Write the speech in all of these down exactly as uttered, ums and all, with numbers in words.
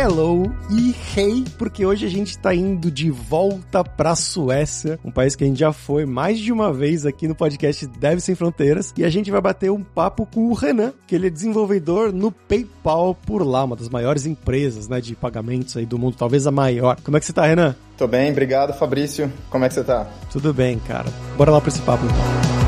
hello e hey, porque hoje a gente tá indo de volta pra Suécia, um país que a gente já foi mais de uma vez aqui no podcast Dev Sem Fronteiras, e a gente vai bater um papo com o Renan, que ele é desenvolvedor no PayPal por lá, uma das maiores empresas, né, de pagamentos aí do mundo, talvez a maior. Como é que você tá, Renan? Tô bem, obrigado, Fabrício. Como é que você tá? Tudo bem, cara. Bora lá pra esse papo, então.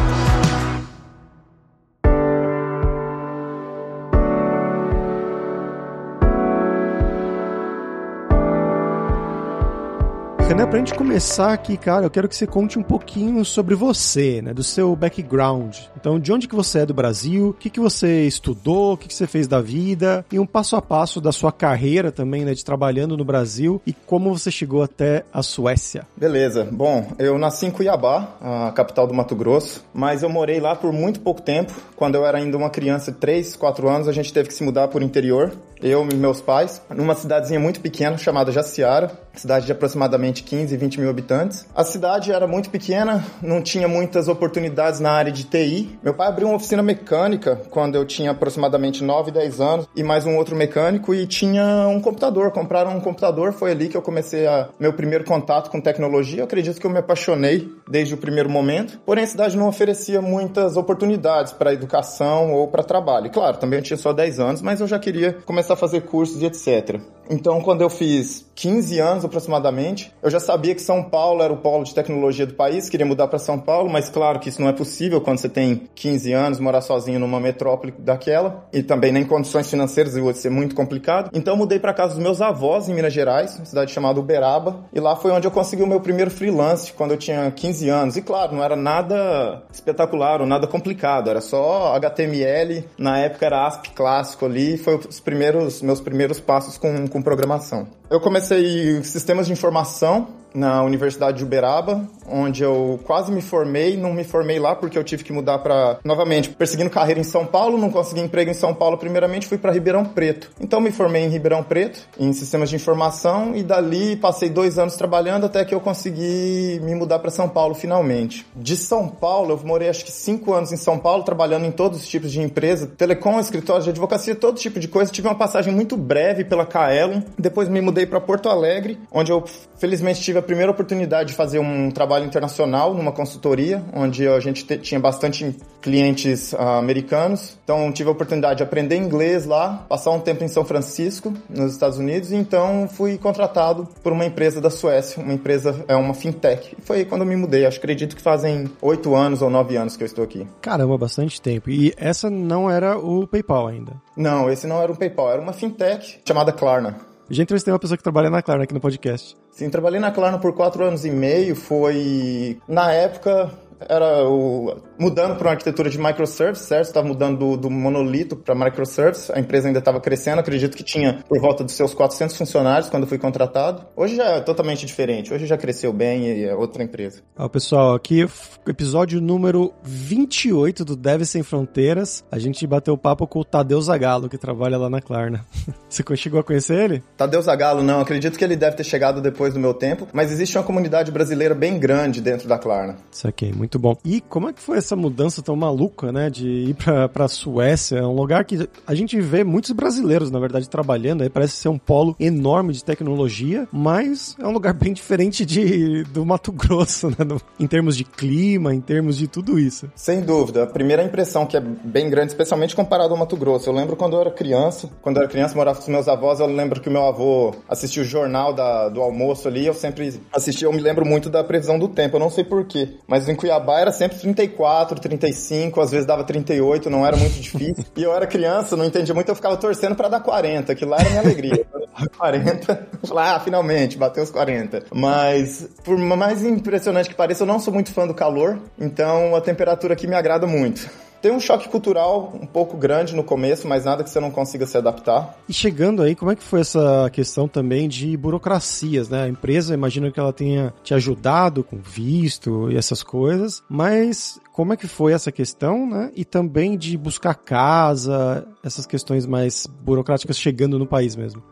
Renan, pra gente começar aqui, cara, eu quero que você conte um pouquinho sobre você, né, do seu background. Então, de onde que você é do Brasil, o que que você estudou, o que que você fez da vida, e um passo a passo da sua carreira também, né, de trabalhando no Brasil, e como você chegou até a Suécia. Beleza. Bom, eu nasci em Cuiabá, a capital do Mato Grosso, mas eu morei lá por muito pouco tempo. Quando eu era ainda uma criança de três, quatro anos, a gente teve que se mudar por interior, eu e meus pais, numa cidadezinha muito pequena chamada Jaciara, cidade de aproximadamente quinze, vinte mil habitantes. A cidade era muito pequena, não tinha muitas oportunidades na área de T I. Meu pai abriu uma oficina mecânica quando eu tinha aproximadamente nove, dez anos, e mais um outro mecânico, e tinha um computador. Compraram um computador, foi ali que eu comecei a meu primeiro contato com tecnologia. Eu acredito que eu me apaixonei desde o primeiro momento. Porém, a cidade não oferecia muitas oportunidades para educação ou para trabalho. E, claro, também eu tinha só dez anos, mas eu já queria começar a fazer cursos e etcétera. Então, quando eu fiz quinze anos aproximadamente, eu já sabia que São Paulo era o polo de tecnologia do país, queria mudar para São Paulo, mas claro que isso não é possível quando você tem quinze anos, morar sozinho numa metrópole daquela, e também nem condições financeiras ia ser muito complicado. Então, eu mudei para casa dos meus avós em Minas Gerais, uma cidade chamada Uberaba, e lá foi onde eu consegui o meu primeiro freelance, quando eu tinha quinze anos. E claro, não era nada espetacular ou nada complicado, era só H T M L, na época era A S P clássico ali, foi os primeiros, meus primeiros passos com, com programação. Eu comecei sistemas de informação na Universidade de Uberaba, onde eu quase me formei, não me formei lá porque eu tive que mudar para, novamente, perseguindo carreira em São Paulo, não consegui emprego em São Paulo primeiramente, fui para Ribeirão Preto. Então me formei em Ribeirão Preto, em sistemas de informação, e dali passei dois anos trabalhando até que eu consegui me mudar para São Paulo finalmente. De São Paulo, eu morei acho que cinco anos em São Paulo, trabalhando em todos os tipos de empresa, telecom, escritório de advocacia, todo tipo de coisa. Tive uma passagem muito breve pela Kaelon, depois me mudei para Porto Alegre, onde eu felizmente tive a primeira oportunidade de fazer um trabalho internacional numa consultoria, onde a gente te, tinha bastante clientes uh, americanos. Então, tive a oportunidade de aprender inglês lá, passar um tempo em São Francisco, nos Estados Unidos, e então fui contratado por uma empresa da Suécia, uma empresa, é uma fintech. E foi aí quando eu me mudei. Acho, acredito que fazem oito anos ou nove anos que eu estou aqui. Caramba, bastante tempo. E essa não era o PayPal ainda? Não, esse não era um PayPal, era uma fintech chamada Klarna. Já entrevistei uma pessoa que trabalha na Klarna aqui no podcast. Sim, trabalhei na Klarna por quatro anos e meio. Foi, na época, era o... mudando para uma arquitetura de microservices, certo? Estava mudando do, do monolito para microservices. A empresa ainda estava crescendo. Acredito que tinha por volta dos seus quatrocentos funcionários quando fui contratado. Hoje já é totalmente diferente. Hoje já cresceu bem e é outra empresa. Ó, pessoal, aqui episódio número vinte e oito do Dev Sem Fronteiras. A gente bateu papo com o Tadeu Zagallo, que trabalha lá na Klarna. Você chegou a conhecer ele? Tadeu Zagallo, não. Acredito que ele deve ter chegado depois do meu tempo. Mas existe uma comunidade brasileira bem grande dentro da Klarna. Isso aqui, muito bom. E como é que foi essa mudança tão maluca, né, de ir pra, pra Suécia? É um lugar que a gente vê muitos brasileiros, na verdade, trabalhando. Aí parece ser um polo enorme de tecnologia, mas é um lugar bem diferente de, do Mato Grosso, né, no, em termos de clima, em termos de tudo isso. Sem dúvida. A primeira impressão que é bem grande, especialmente comparado ao Mato Grosso. Eu lembro quando eu era criança, quando eu era criança, morava com os meus avós, eu lembro que o meu avô assistia o jornal da, do almoço ali, eu sempre assistia, eu me lembro muito da previsão do tempo, eu não sei porquê, mas em Cuiabá era sempre trinta e quatro, trinta e cinco, às vezes dava trinta e oito, não era muito difícil. E eu era criança, não entendia muito, eu ficava torcendo pra dar quarenta, que lá era minha alegria. quarenta, ah, finalmente, bateu os quarenta. Mas, por mais impressionante que pareça, eu não sou muito fã do calor, então a temperatura aqui me agrada muito. Tem um choque cultural um pouco grande no começo, mas nada que você não consiga se adaptar. E chegando aí, como é que foi essa questão também de burocracias, né? A empresa, imagino que ela tenha te ajudado com visto e essas coisas, mas como é que foi essa questão, né? E também de buscar casa, essas questões mais burocráticas chegando no país mesmo.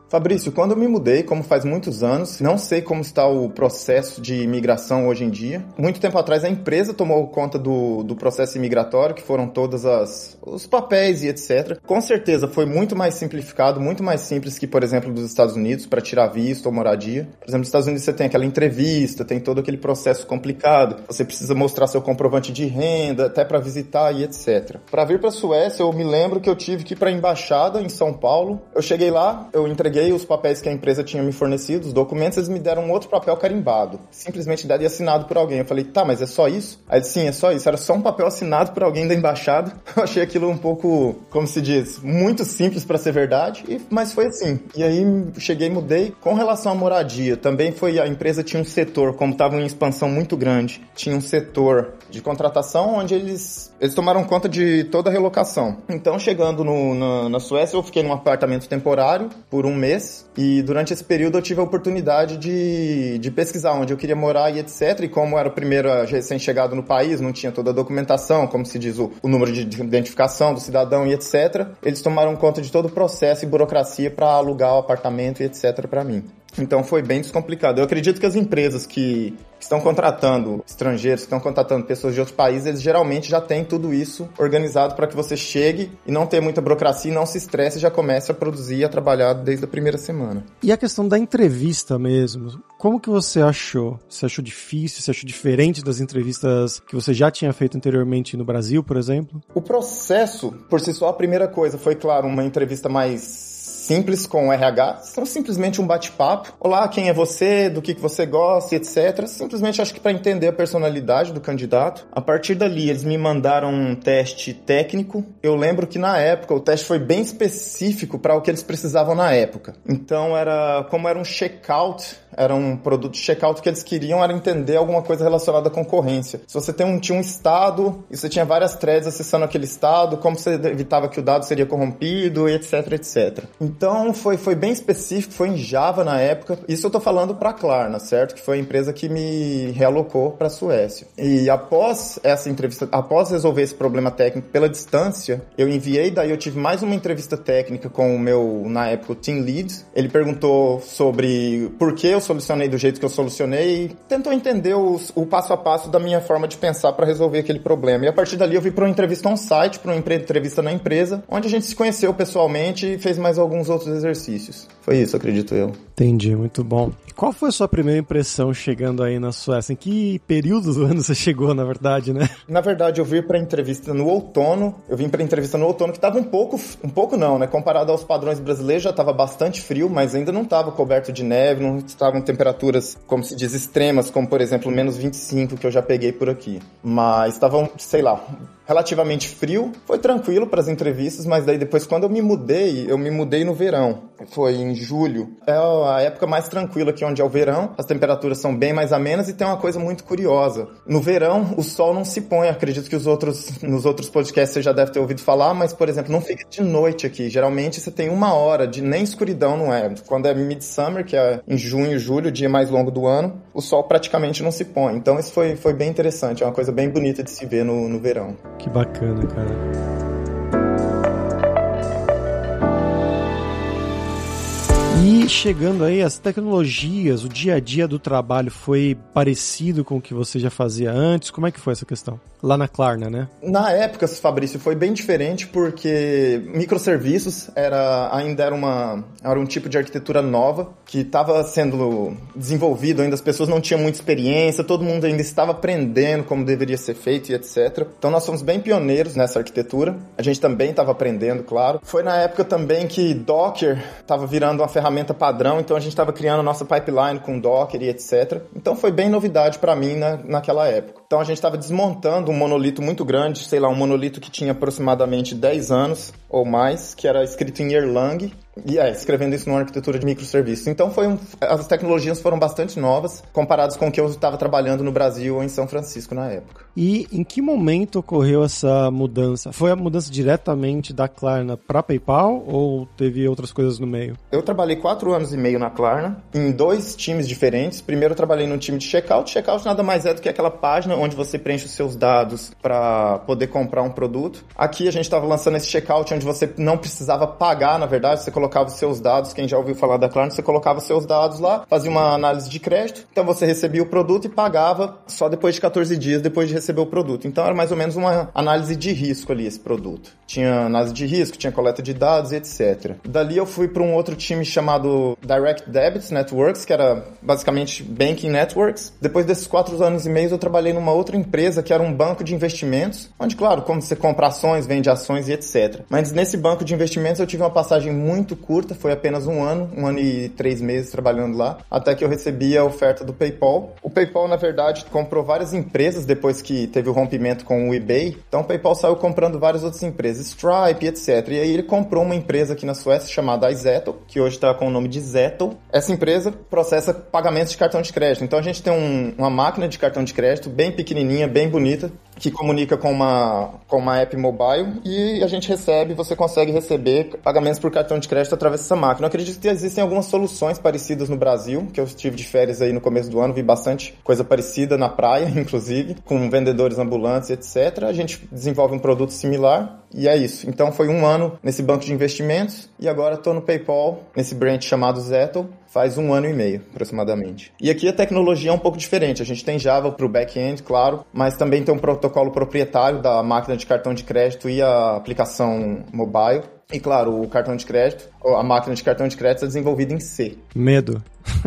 Fabrício, quando eu me mudei, como faz muitos anos, não sei como está o processo de imigração hoje em dia. Muito tempo atrás a empresa tomou conta do, do processo imigratório, que foram todos as, os papéis e etcétera. Com certeza foi muito mais simplificado, muito mais simples que, por exemplo, dos Estados Unidos, para tirar visto ou moradia. Por exemplo, nos Estados Unidos você tem aquela entrevista, tem todo aquele processo complicado. Você precisa mostrar seu comprovante de renda, até para visitar e etcétera. Para vir para a Suécia, eu me lembro que eu tive que ir para a embaixada em São Paulo. Eu cheguei lá, eu entreguei os papéis que a empresa tinha me fornecido, os documentos, eles me deram um outro papel carimbado, simplesmente dado e assinado por alguém. Eu falei, tá, mas é só isso? Aí ele, sim, é só isso. Era só um papel assinado por alguém da embaixada. Eu achei aquilo um pouco, como se diz, muito simples para ser verdade, e, mas foi assim. E aí cheguei e mudei. Com relação à moradia, também foi, a empresa tinha um setor, como estava em expansão muito grande, tinha um setor de contratação onde eles, eles tomaram conta de toda a relocação. Então, chegando no, na, na Suécia, eu fiquei num apartamento temporário por um mês, e durante esse período eu tive a oportunidade de, de pesquisar onde eu queria morar e etcétera. E como era o primeiro recém-chegado no país, não tinha toda a documentação, como se diz o, o número de identificação do cidadão e etcétera, eles tomaram conta de todo o processo e burocracia para alugar o apartamento e etcétera para mim. Então foi bem descomplicado. Eu acredito que as empresas que estão contratando estrangeiros, que estão contratando pessoas de outros países, eles geralmente já têm tudo isso organizado para que você chegue e não tenha muita burocracia, e não se estresse e já comece a produzir e a trabalhar desde a primeira semana. E a questão da entrevista mesmo, como que você achou? Você achou difícil? Você achou diferente das entrevistas que você já tinha feito anteriormente no Brasil, por exemplo? O processo, por si só, a primeira coisa foi, claro, uma entrevista mais simples com o R H, são simplesmente um bate-papo. Olá, quem é você, do que, que você gosta, etcétera. Simplesmente acho que para entender a personalidade do candidato. A partir dali, eles me mandaram um teste técnico. Eu lembro que na época o teste foi bem específico para o que eles precisavam na época. Então, era como era um check-out, era um produto de check-out, que eles queriam era entender alguma coisa relacionada à concorrência. Se você tem um, tinha um estado e você tinha várias threads acessando aquele estado, como você evitava que o dado seria corrompido, etc, etcétera. Então, foi, foi bem específico, foi em Java na época. Isso eu tô falando para a Klarna, certo? Que foi a empresa que me realocou para a Suécia. E após essa entrevista, após resolver esse problema técnico pela distância, eu enviei, daí eu tive mais uma entrevista técnica com o meu, na época, o Team Lead. Ele perguntou sobre por que eu solucionei do jeito que eu solucionei e tentou entender os, o passo a passo da minha forma de pensar para resolver aquele problema. E a partir dali eu fui para uma entrevista on-site, para uma entrevista na empresa, onde a gente se conheceu pessoalmente e fez mais alguns outros exercícios. Foi isso, acredito eu. Entendi, muito bom. E qual foi a sua primeira impressão chegando aí na Suécia? Em que período do ano você chegou, na verdade, né? Na verdade, eu vim para entrevista no outono. Eu vim para entrevista no outono, que estava um pouco, um pouco não, né? Comparado aos padrões brasileiros, já estava bastante frio, mas ainda não estava coberto de neve, não estavam temperaturas, como se diz, extremas, como, por exemplo, menos vinte e cinco, que eu já peguei por aqui. Mas estavam, sei lá, relativamente frio. Foi tranquilo para as entrevistas, mas daí depois, quando eu me mudei, eu me mudei no verão. Foi em julho. É a época mais tranquila aqui onde é o verão. As temperaturas são bem mais amenas e tem uma coisa muito curiosa. No verão, o sol não se põe. Acredito que os outros, nos outros podcasts você já deve ter ouvido falar, mas, por exemplo, não fica de noite aqui. Geralmente você tem uma hora de nem escuridão, não é? Quando é midsummer, que é em junho, julho, o dia mais longo do ano, o sol praticamente não se põe. Então isso foi, foi bem interessante. É uma coisa bem bonita de se ver no, no verão. Que bacana, cara. E chegando aí, as tecnologias, o dia a dia do trabalho foi parecido com o que você já fazia antes? Como é que foi essa questão? Lá na Klarna, né? Na época, Fabrício, foi bem diferente porque microserviços era, ainda era, uma, era um tipo de arquitetura nova que estava sendo desenvolvido ainda, as pessoas não tinham muita experiência, todo mundo ainda estava aprendendo como deveria ser feito e etcétera. Então nós fomos bem pioneiros nessa arquitetura. A gente também estava aprendendo, claro. Foi na época também que Docker estava virando uma ferramenta padrão, então a gente estava criando a nossa pipeline com Docker e etcétera. Então foi bem novidade para mim na, naquela época. Então a gente estava desmontando um monolito muito grande, sei lá, um monolito que tinha aproximadamente dez anos ou mais, que era escrito em Erlang, e é, escrevendo isso numa arquitetura de microserviços. Então foi um, as tecnologias foram bastante novas, comparadas com o que eu estava trabalhando no Brasil ou em São Francisco na época. E em que momento ocorreu essa mudança? Foi a mudança diretamente da Klarna para PayPal ou teve outras coisas no meio? Eu trabalhei quatro anos e meio na Klarna, em dois times diferentes. Primeiro eu trabalhei num time de checkout. Checkout nada mais é do que aquela página onde você preenche os seus dados para poder comprar um produto. Aqui a gente estava lançando esse checkout onde você não precisava pagar, na verdade, você colocava os seus dados, quem já ouviu falar da Klarna, você colocava os seus dados lá, fazia uma análise de crédito, então você recebia o produto e pagava só depois de quatorze dias depois de receber o produto. Então era mais ou menos uma análise de risco ali esse produto. Tinha análise de risco, tinha coleta de dados e etcétera. Dali eu fui para um outro time chamado Direct Debit Networks, que era basicamente Banking Networks. Depois desses quatro anos e meio eu trabalhei numa outra empresa que era um banco de investimentos, onde, claro, como você compra ações, vende ações e etcétera. Mas nesse banco de investimentos eu tive uma passagem muito curta, foi apenas um ano, um ano e três meses trabalhando lá, até que eu recebi a oferta do PayPal. O PayPal, na verdade, comprou várias empresas depois que teve o rompimento com o eBay. Então o PayPal saiu comprando várias outras empresas, Stripe, etcétera. E aí ele comprou uma empresa aqui na Suécia chamada iZettle, que hoje está com o nome de Zettle. Essa empresa processa pagamentos de cartão de crédito. Então a gente tem um, uma máquina de cartão de crédito bem pequenininha, bem bonita, que comunica com uma, com uma app mobile e a gente recebe, você consegue receber pagamentos por cartão de crédito através dessa máquina. Eu acredito que existem algumas soluções parecidas no Brasil, que eu estive de férias aí no começo do ano, vi bastante coisa parecida na praia, inclusive, com vendedores ambulantes, etcétera. A gente desenvolve um produto similar e é isso. Então foi um ano nesse banco de investimentos e agora estou no PayPal, nesse branch chamado Zettle, faz um ano e meio, aproximadamente. E aqui a tecnologia é um pouco diferente. A gente tem Java para o back-end, claro, mas também tem um protocolo proprietário da máquina de cartão de crédito e a aplicação mobile. E, claro, o cartão de crédito, a máquina de cartão de crédito é desenvolvida em C. Medo.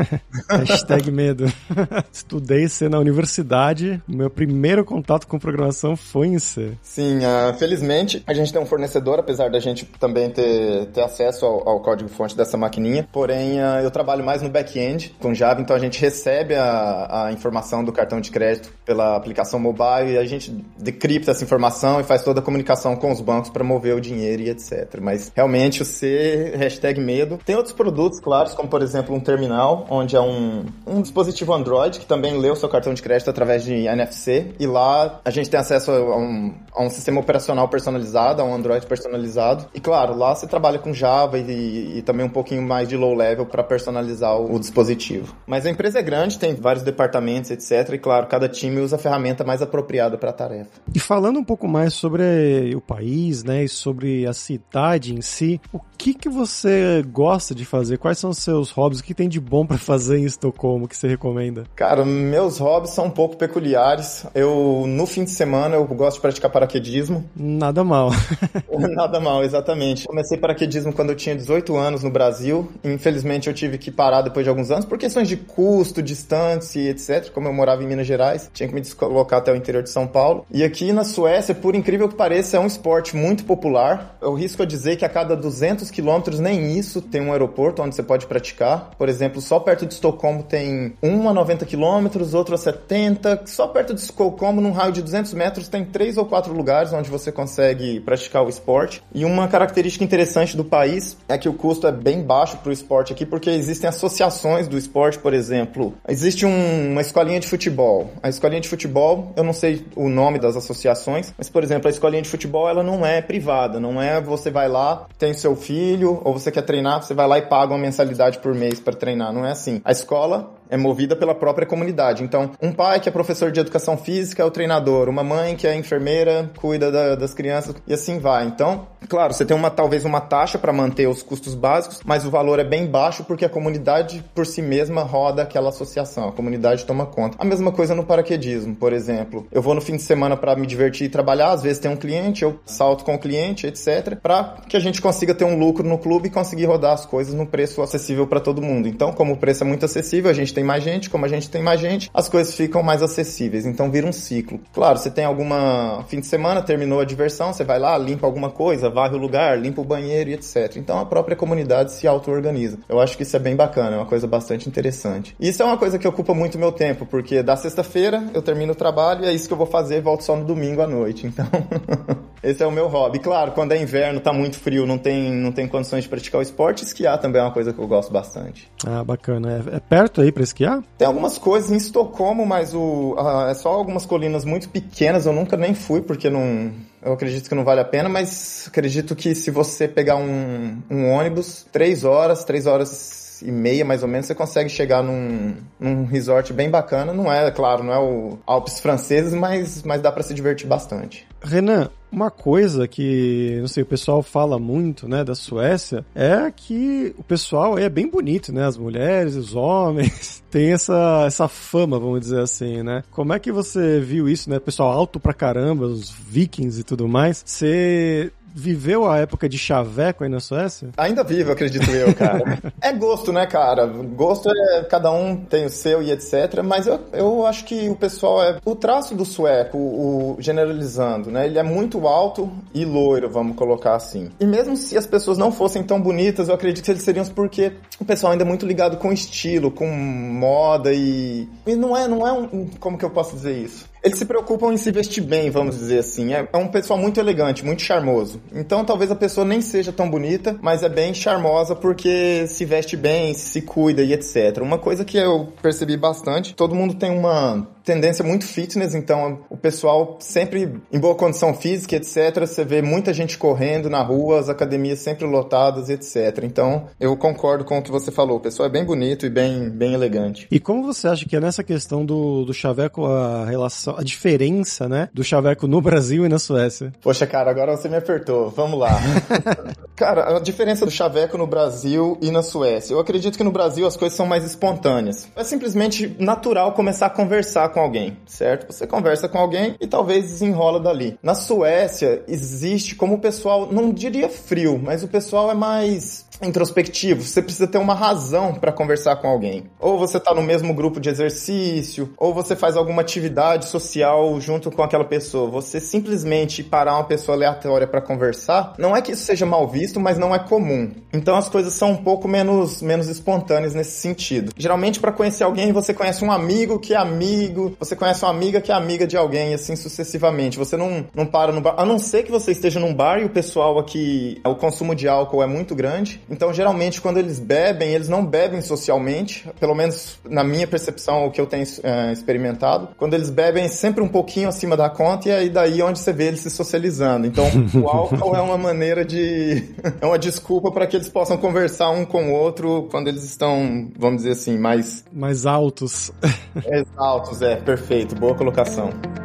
Hashtag medo. Estudei C na universidade, meu primeiro contato com programação foi em C. Sim, uh, felizmente a gente tem um fornecedor, apesar da gente também ter, ter acesso ao, ao código-fonte dessa maquininha, porém uh, eu trabalho mais no back-end com Java, então a gente recebe a, a informação do cartão de crédito pela aplicação mobile e a gente decripta essa informação e faz toda a comunicação com os bancos para mover o dinheiro e etcétera. Mas realmente o C, hashtag medo. Tem outros produtos, claro, como por exemplo um terminal, onde é um, um dispositivo Android que também lê o seu cartão de crédito através de N F C e lá a gente tem acesso a um, a um sistema operacional personalizado, a um Android personalizado e claro, lá você trabalha com Java e, e também um pouquinho mais de low level para personalizar o, o dispositivo. Mas a empresa é grande, tem vários departamentos, etcétera. E claro, cada time usa a ferramenta mais apropriada para a tarefa. E falando um pouco mais sobre o país, né, e sobre a cidade em si, o que que você gosta de fazer? Quais são os seus hobbies? O que tem de bom pra fazer em Estocolmo que você recomenda? Cara, meus hobbies são um pouco peculiares. Eu, no fim de semana, eu gosto de praticar paraquedismo. Nada mal. Nada mal, exatamente. Comecei paraquedismo quando eu tinha dezoito anos no Brasil. Infelizmente, eu tive que parar depois de alguns anos por questões de custo, distância, etcétera. Como eu morava em Minas Gerais, tinha que me deslocar até o interior de São Paulo. E aqui na Suécia, por incrível que pareça, é um esporte muito popular. Eu risco a dizer que a cada duzentos quilômetros, nem isso, tem um aeroporto onde você pode praticar. Por exemplo, só perto de Estocolmo tem um a noventa quilômetros, outro a setenta. Só perto de Estocolmo, num raio de duzentos metros, tem três ou quatro lugares onde você consegue praticar o esporte. E uma característica interessante do país é que o custo é bem baixo para o esporte aqui, porque existem associações do esporte, por exemplo. Existe um, uma escolinha de futebol. A escolinha de futebol, eu não sei o nome das associações, mas, por exemplo, a escolinha de futebol, ela não é privada. Não é você vai lá, tem seu filho, ou você quer treinar, você vai lá e paga uma mensalidade por mês para treinar. Não é assim. A escola é movida pela própria comunidade. Então, um pai que é professor de educação física é o treinador, uma mãe que é enfermeira cuida da, das crianças e assim vai. Então, claro, você tem uma talvez uma taxa para manter os custos básicos, mas o valor é bem baixo porque a comunidade por si mesma roda aquela associação, a comunidade toma conta. A mesma coisa no paraquedismo, por exemplo. Eu vou no fim de semana para me divertir e trabalhar, às vezes tem um cliente, eu salto com o cliente, etcétera, para que a gente consiga ter um lucro no clube e conseguir rodar as coisas num preço acessível para todo mundo. Então, como o preço é muito acessível, a gente tem mais gente, como a gente tem mais gente, as coisas ficam mais acessíveis, então vira um ciclo. Claro, você tem alguma fim de semana, terminou a diversão, você vai lá, limpa alguma coisa, varre o lugar, limpa o banheiro e etcétera. Então a própria comunidade se auto-organiza. Eu acho que isso é bem bacana, é uma coisa bastante interessante. E isso é uma coisa que ocupa muito meu tempo, porque da sexta-feira eu termino o trabalho e é isso que eu vou fazer e volto só no domingo à noite. Então, esse é o meu hobby. Claro, quando é inverno, tá muito frio, não tem, não tem condições de praticar o esporte, esquiar também é uma coisa que eu gosto bastante. Ah, bacana. É, é perto aí pra esquiar? Tem algumas coisas em Estocolmo, mas o, uh, é só algumas colinas muito pequenas, eu nunca nem fui, porque não... Eu acredito que não vale a pena, mas acredito que se você pegar um, um ônibus, três horas, três horas e meia, mais ou menos, você consegue chegar num, num resort bem bacana. Não é, claro, não é o Alpes franceses, mas, mas dá pra se divertir bastante. Renan, uma coisa que, não sei, o pessoal fala muito, né, da Suécia, é que o pessoal é bem bonito, né, as mulheres, os homens, tem essa, essa fama, vamos dizer assim, né. Como é que você viu isso, né, pessoal alto pra caramba, os vikings e tudo mais, você viveu a época de chaveco aí na Suécia? Ainda vivo, acredito eu, cara. É gosto, né, cara? Gosto é... Cada um tem o seu e etcétera. Mas eu, eu acho que o pessoal é... O traço do sueco, o, o generalizando, né? Ele é muito alto e loiro, vamos colocar assim. E mesmo se as pessoas não fossem tão bonitas, eu acredito que eles seriam porque o pessoal ainda é muito ligado com estilo, com moda e... E não é, não é um... Como que eu posso dizer isso? Eles se preocupam em se vestir bem, vamos dizer assim. É, é um pessoal muito elegante, muito charmoso. Então talvez a pessoa nem seja tão bonita, mas é bem charmosa porque se veste bem, se cuida e etcétera. Uma coisa que eu percebi bastante, todo mundo tem uma tendência muito fitness, então o pessoal sempre em boa condição física, etcétera. Você vê muita gente correndo na rua, as academias sempre lotadas, etcétera. Então eu concordo com o que você falou. O pessoal é bem bonito e bem, bem elegante. E como você acha que é nessa questão do, do chaveco a relação, a diferença, né, do chaveco no Brasil e na Suécia? Poxa, cara, agora você me apertou. Vamos lá. Cara, a diferença do chaveco no Brasil e na Suécia. Eu acredito que no Brasil as coisas são mais espontâneas. É simplesmente natural começar a conversar com alguém, certo? Você conversa com alguém e talvez desenrola dali. Na Suécia existe, como o pessoal, não diria frio, mas o pessoal é mais introspectivo. Você precisa ter uma razão para conversar com alguém. Ou você tá no mesmo grupo de exercício, ou você faz alguma atividade social junto com aquela pessoa. Você simplesmente parar uma pessoa aleatória para conversar, não é que isso seja mal visto, mas não é comum. Então as coisas são um pouco menos, menos espontâneas nesse sentido. Geralmente para conhecer alguém, você conhece um amigo que é amigo, você conhece uma amiga que é amiga de alguém, assim sucessivamente. Você não, não para no bar, a não ser que você esteja num bar e o pessoal aqui, o consumo de álcool é muito grande. Então, geralmente, quando eles bebem, eles não bebem socialmente, pelo menos na minha percepção, o que eu tenho é, experimentado. Quando eles bebem, sempre um pouquinho acima da conta, e aí daí onde você vê eles se socializando. Então, o álcool é uma maneira de... é uma desculpa para que eles possam conversar um com o outro quando eles estão, vamos dizer assim, mais... mais altos. mais altos, é, perfeito, boa colocação.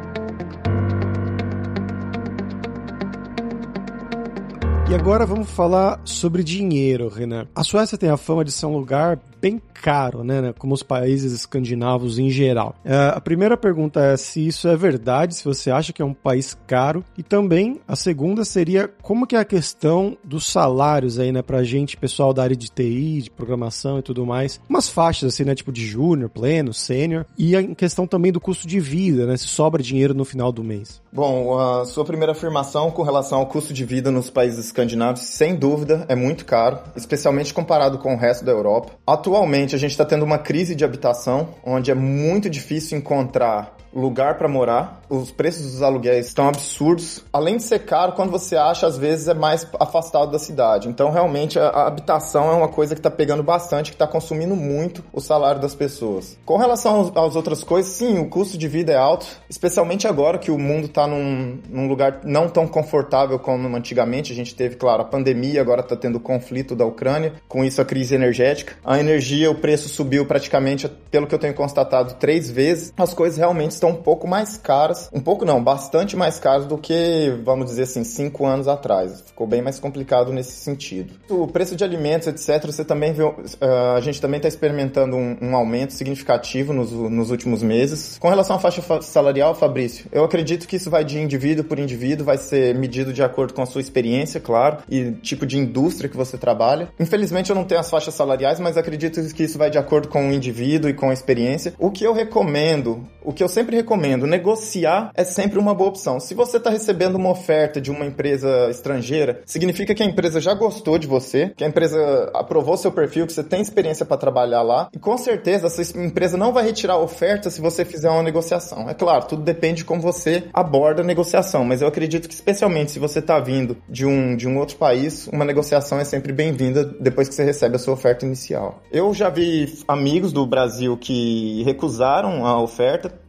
E agora vamos falar sobre dinheiro, Renan. A Suécia tem a fama de ser um lugar bem caro, né? Como os países escandinavos em geral. Uh, a primeira pergunta é se isso é verdade, se você acha que é um país caro. E também a segunda seria como que é a questão dos salários aí, né? Pra gente, pessoal da área de T I, de programação e tudo mais. Umas faixas assim, né? Tipo de júnior, pleno, sênior. E a questão também do custo de vida, né? Se sobra dinheiro no final do mês. Bom, a sua primeira afirmação com relação ao custo de vida nos países escandinavos, sem dúvida, é muito caro, especialmente comparado com o resto da Europa. Atualmente, a gente está tendo uma crise de habitação, onde é muito difícil encontrar lugar para morar. Os preços dos aluguéis estão absurdos. Além de ser caro, quando você acha, às vezes é mais afastado da cidade. Então, realmente, a, a habitação é uma coisa que está pegando bastante, que está consumindo muito o salário das pessoas. Com relação aos, às outras coisas, sim, o custo de vida é alto, especialmente agora que o mundo está num, num lugar não tão confortável como antigamente. A gente teve, claro, a pandemia, agora está tendo o conflito da Ucrânia, com isso a crise energética. A energia, o preço subiu praticamente, pelo que eu tenho constatado, três vezes. As coisas realmente estão um pouco mais caras, um pouco não, bastante mais caras do que, vamos dizer assim, cinco anos atrás. Ficou bem mais complicado nesse sentido. O preço de alimentos, etcétera, você também viu, uh, a gente também está experimentando um, um aumento significativo nos, nos últimos meses. Com relação à faixa salarial, Fabrício, eu acredito que isso vai de indivíduo por indivíduo, vai ser medido de acordo com a sua experiência, claro, e tipo de indústria que você trabalha. Infelizmente eu não tenho as faixas salariais, mas acredito que isso vai de acordo com o indivíduo e com a experiência. O que eu recomendo, o que eu sempre recomendo, negociar é sempre uma boa opção. Se você está recebendo uma oferta de uma empresa estrangeira, significa que a empresa já gostou de você, que a empresa aprovou seu perfil, que você tem experiência para trabalhar lá, e com certeza essa empresa não vai retirar a oferta se você fizer uma negociação. É claro, tudo depende de como você aborda a negociação, mas eu acredito que especialmente se você está vindo de um, de um outro país, uma negociação é sempre bem-vinda depois que você recebe a sua oferta inicial. Eu já vi amigos do Brasil que recusaram a oferta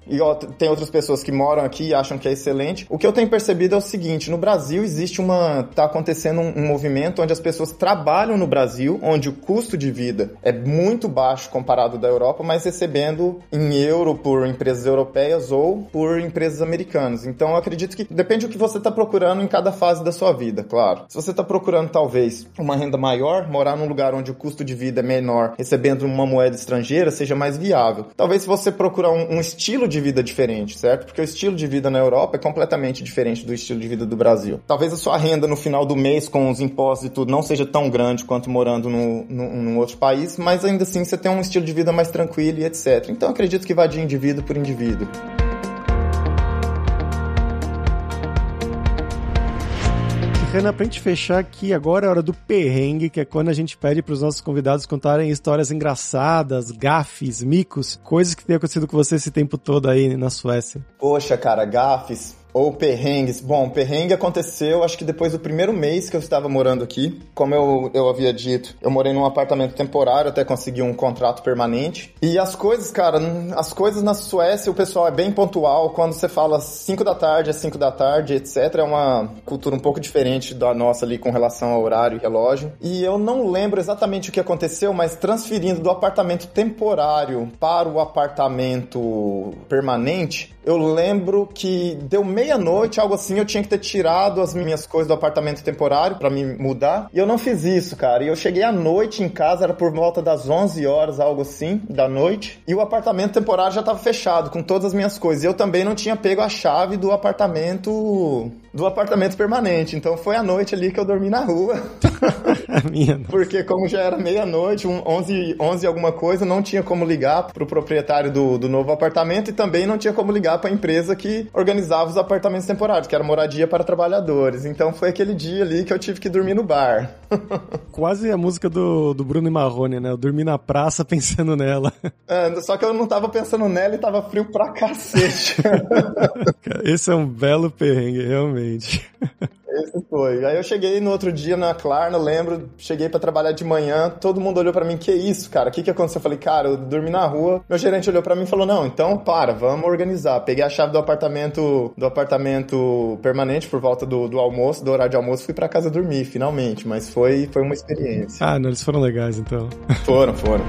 e ó, tem outras pessoas que moram aqui e acham que é excelente. O que eu tenho percebido é o seguinte, no Brasil existe uma... tá acontecendo um, um movimento onde as pessoas trabalham no Brasil, onde o custo de vida é muito baixo comparado da Europa, mas recebendo em euro por empresas europeias ou por empresas americanas. Então eu acredito que depende do que você está procurando em cada fase da sua vida, claro. Se você está procurando talvez uma renda maior, morar num lugar onde o custo de vida é menor, recebendo uma moeda estrangeira, seja mais viável. Talvez se você procurar um, um estilo de vida diferente, certo? Porque o estilo de vida na Europa é completamente diferente do estilo de vida do Brasil. Talvez a sua renda no final do mês com os impostos e tudo não seja tão grande quanto morando no, no, num outro país, mas ainda assim você tem um estilo de vida mais tranquilo e etcétera. Então eu acredito que vai de indivíduo por indivíduo. Renan, pra gente fechar aqui, agora é a hora do perrengue, que é quando a gente pede pros nossos convidados contarem histórias engraçadas, gafes, micos, coisas que tem acontecido com você esse tempo todo aí na Suécia. Poxa, cara, gafes... Ou perrengues. Bom, perrengue aconteceu, acho que depois do primeiro mês que eu estava morando aqui. Como eu, eu havia dito, eu morei num apartamento temporário até conseguir um contrato permanente. E as coisas, cara, as coisas na Suécia, o pessoal é bem pontual. Quando você fala cinco da tarde, é cinco da tarde, etcétera. É uma cultura um pouco diferente da nossa ali com relação ao horário e relógio. E eu não lembro exatamente o que aconteceu, mas transferindo do apartamento temporário para o apartamento permanente, eu lembro que deu meia-noite, algo assim, eu tinha que ter tirado as minhas coisas do apartamento temporário pra me mudar. E eu não fiz isso, cara. E eu cheguei à noite em casa, era por volta das onze horas, algo assim, da noite. E o apartamento temporário já tava fechado, com todas as minhas coisas. E eu também não tinha pego a chave do apartamento... do apartamento permanente. Então foi a noite ali que eu dormi na rua. Minha. Porque como já era meia-noite, um onze, onze alguma coisa, não tinha como ligar pro proprietário do, do novo apartamento e também não tinha como ligar pra empresa que organizava os apartamentos temporários, que era moradia para trabalhadores. Então foi aquele dia ali que eu tive que dormir no bar. Quase a música do, do Bruno e Marrone, né? Eu dormi na praça pensando nela. É, só que eu não tava pensando nela e tava frio pra cacete. Esse é um belo perrengue, realmente. Esse foi. Aí eu cheguei no outro dia na Klarna, lembro, cheguei pra trabalhar de manhã, todo mundo olhou pra mim, que isso, cara? O que que aconteceu? Eu falei, cara, eu dormi na rua. Meu gerente olhou pra mim e falou, não, então para, vamos organizar. Peguei a chave do apartamento do apartamento permanente por volta do, do almoço, do horário de almoço, fui pra casa dormir, finalmente. Mas foi, foi uma experiência. Ah, não, eles foram legais, então. Foram, foram.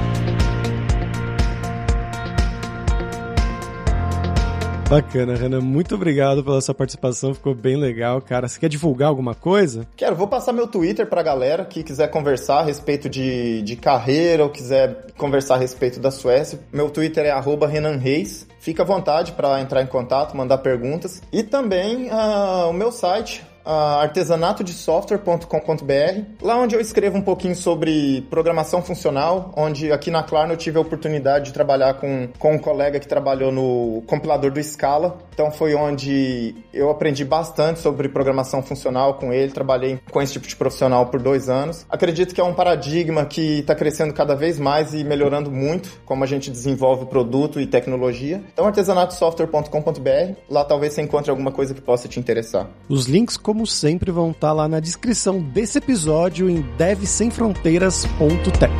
Bacana, Renan. Muito obrigado pela sua participação. Ficou bem legal, cara. Você quer divulgar alguma coisa? Quero. Vou passar meu Twitter pra galera que quiser conversar a respeito de, de carreira ou quiser conversar a respeito da Suécia. Meu Twitter é arroba Renan Reis. Fica à vontade para entrar em contato, mandar perguntas. E também uh, o meu site... Uh, artesanato de software ponto com ponto b r, lá onde eu escrevo um pouquinho sobre programação funcional, onde aqui na Klarna eu tive a oportunidade de trabalhar com, com um colega que trabalhou no compilador do Scala, então foi onde eu aprendi bastante sobre programação funcional com ele, trabalhei com esse tipo de profissional por dois anos. Acredito que é um paradigma que está crescendo cada vez mais e melhorando muito como a gente desenvolve produto e tecnologia. Então artesanato de software ponto com ponto b r, lá talvez você encontre alguma coisa que possa te interessar. Os links, como sempre, vão estar lá na descrição desse episódio em dev sem fronteiras ponto tech.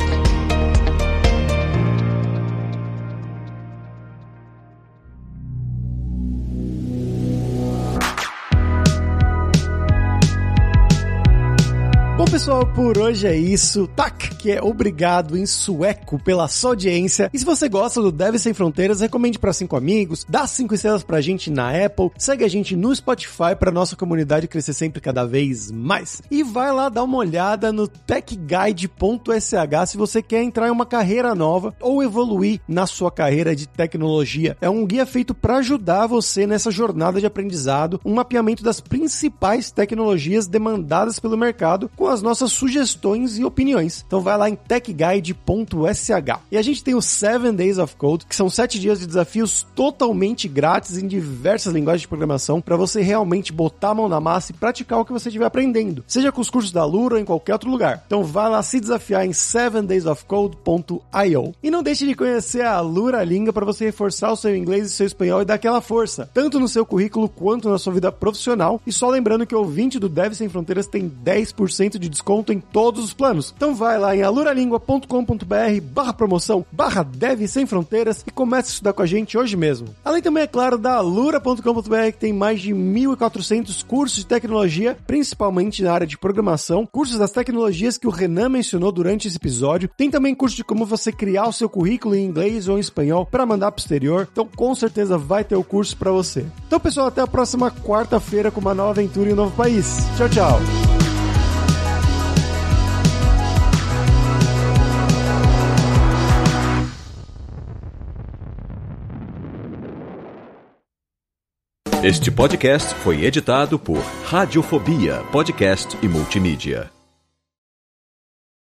Bom, pessoal, por hoje é isso. Tak, que é obrigado em sueco pela sua audiência. E se você gosta do Dev Sem Fronteiras, recomende para cinco amigos, dá cinco estrelas pra gente na Apple, segue a gente no Spotify pra nossa comunidade crescer sempre cada vez mais. E vai lá dar uma olhada no tech guide ponto s h se você quer entrar em uma carreira nova ou evoluir na sua carreira de tecnologia. É um guia feito para ajudar você nessa jornada de aprendizado, um mapeamento das principais tecnologias demandadas pelo mercado com as nossas sugestões e opiniões. Então vai lá em tech guide ponto s h. E a gente tem o seven days of code, que são sete dias de desafios totalmente grátis em diversas linguagens de programação para você realmente botar a mão na massa e praticar o que você estiver aprendendo, seja com os cursos da Lura ou em qualquer outro lugar. Então vai lá se desafiar em seven days of code ponto i o. E não deixe de conhecer a Lura Língua para você reforçar o seu inglês e seu espanhol e dar aquela força, tanto no seu currículo quanto na sua vida profissional. E só lembrando que o ouvinte do Dev Sem Fronteiras tem dez por cento de desconto em todos os planos. Então vai lá em aluralingua.com.br barra promoção, barra Dev Sem Fronteiras e comece a estudar com a gente hoje mesmo. Além também, é claro, da alura ponto com ponto b r, que tem mais de mil e quatrocentos cursos de tecnologia, principalmente na área de programação, cursos das tecnologias que o Renan mencionou durante esse episódio. Tem também curso de como você criar o seu currículo em inglês ou em espanhol para mandar pro exterior. Então, com certeza vai ter o curso para você. Então, pessoal, até a próxima quarta-feira com uma nova aventura em um novo país. Tchau, tchau! Este podcast foi editado por Radiofobia, podcast e multimídia.